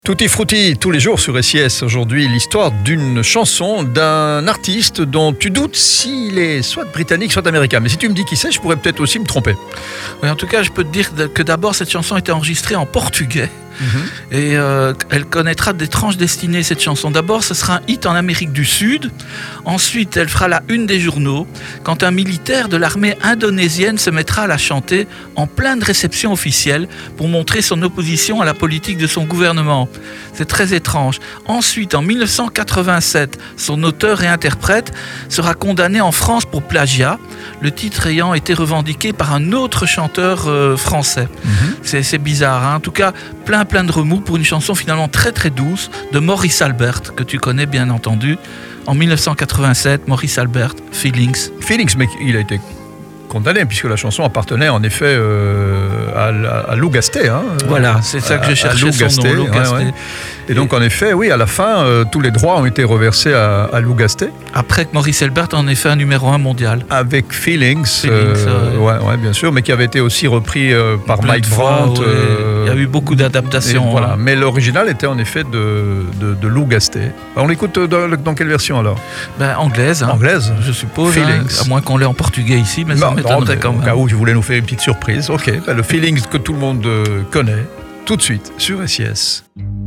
Tutti frutti, tous les jours sur SIS. Aujourd'hui, l'histoire d'une chanson d'un artiste dont tu doutes s'il est soit britannique, soit américain. Mais si tu me dis qui c'est, je pourrais peut-être aussi me tromper. Oui, en tout cas, je peux te dire que d'abord, cette chanson a été enregistrée en portugais. Et elle connaîtra d'étranges destinées, cette chanson. D'abord, ce sera un hit en Amérique du Sud. Ensuite, elle fera la une des journaux quand un militaire de l'armée indonésienne se mettra à la chanter en pleine réception officielle pour montrer son opposition à la politique de son gouvernement. C'est très étrange. Ensuite, en 1987, son auteur et interprète sera condamné en France pour plagiat, le titre ayant été revendiqué par un autre chanteur français. C'est bizarre, hein. En tout cas, plein de remous pour une chanson finalement très très douce de Maurice Albert, que tu connais bien entendu. En 1987, Maurice Albert, Feelings. Feelings, mais il a été condamné puisque la chanson appartenait en effet à Lou Gasté. Hein, voilà, c'est ça que je cherchais, son nom, Lou Gasté. Ouais. Et donc en effet, oui, à la fin, tous les droits ont été reversés à Lou Gasté. Après que Maurice Albert en ait fait un numéro 1 mondial. Avec Feelings, ouais, bien sûr, mais qui avait été aussi repris par Mike Brandt. Il y a eu beaucoup d'adaptations. Voilà. Mais l'original était en effet de Lou Gasté. On l'écoute dans quelle version alors ? Anglaise. Anglaise, je suppose. Feelings. À moins qu'on l'ait en portugais ici, mais ça m'étonnerait quand même. Au cas où tu voulais nous faire une petite surprise. Ok, le Feelings que tout le monde connaît, tout de suite sur SIS.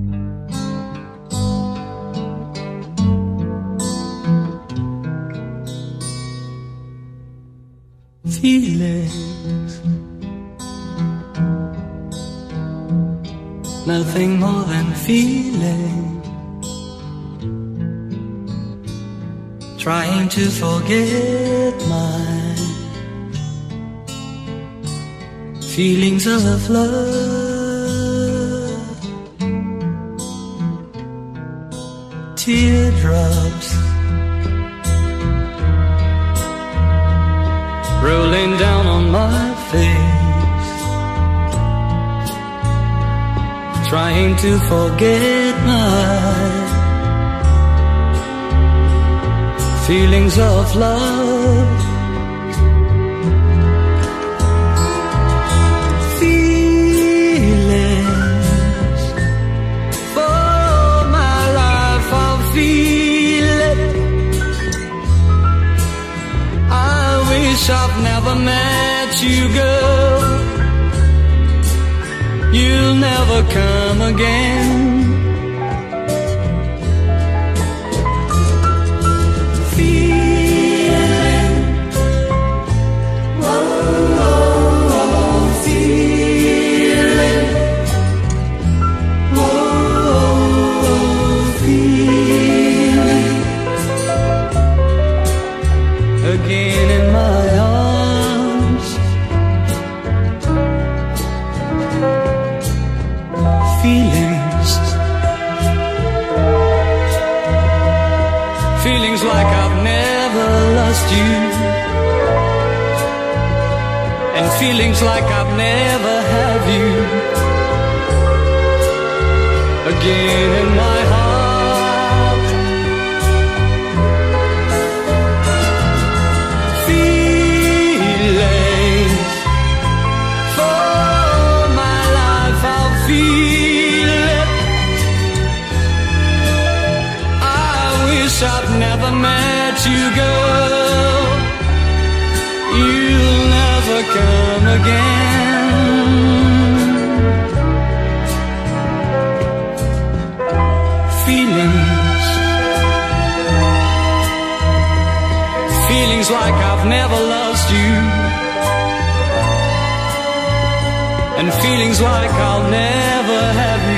Feelings, nothing more than feeling, trying to forget my feelings of love, teardrops rolling down on my face, trying to forget my feelings of love. Feelings, for my life I'll feel it. I wish I've never met you, girl. You'll never come again. Feeling, whoa, feeling, whoa, feeling, again in my arms. Feelings, feelings like I've never lost you, and feelings like I've never had you, again in my heart. Feelings, for my life I'll feel it. I wish I'd never met you, girl. You'll never come again. Feelings, feelings like I've never lost you, and feelings like I'll never have you.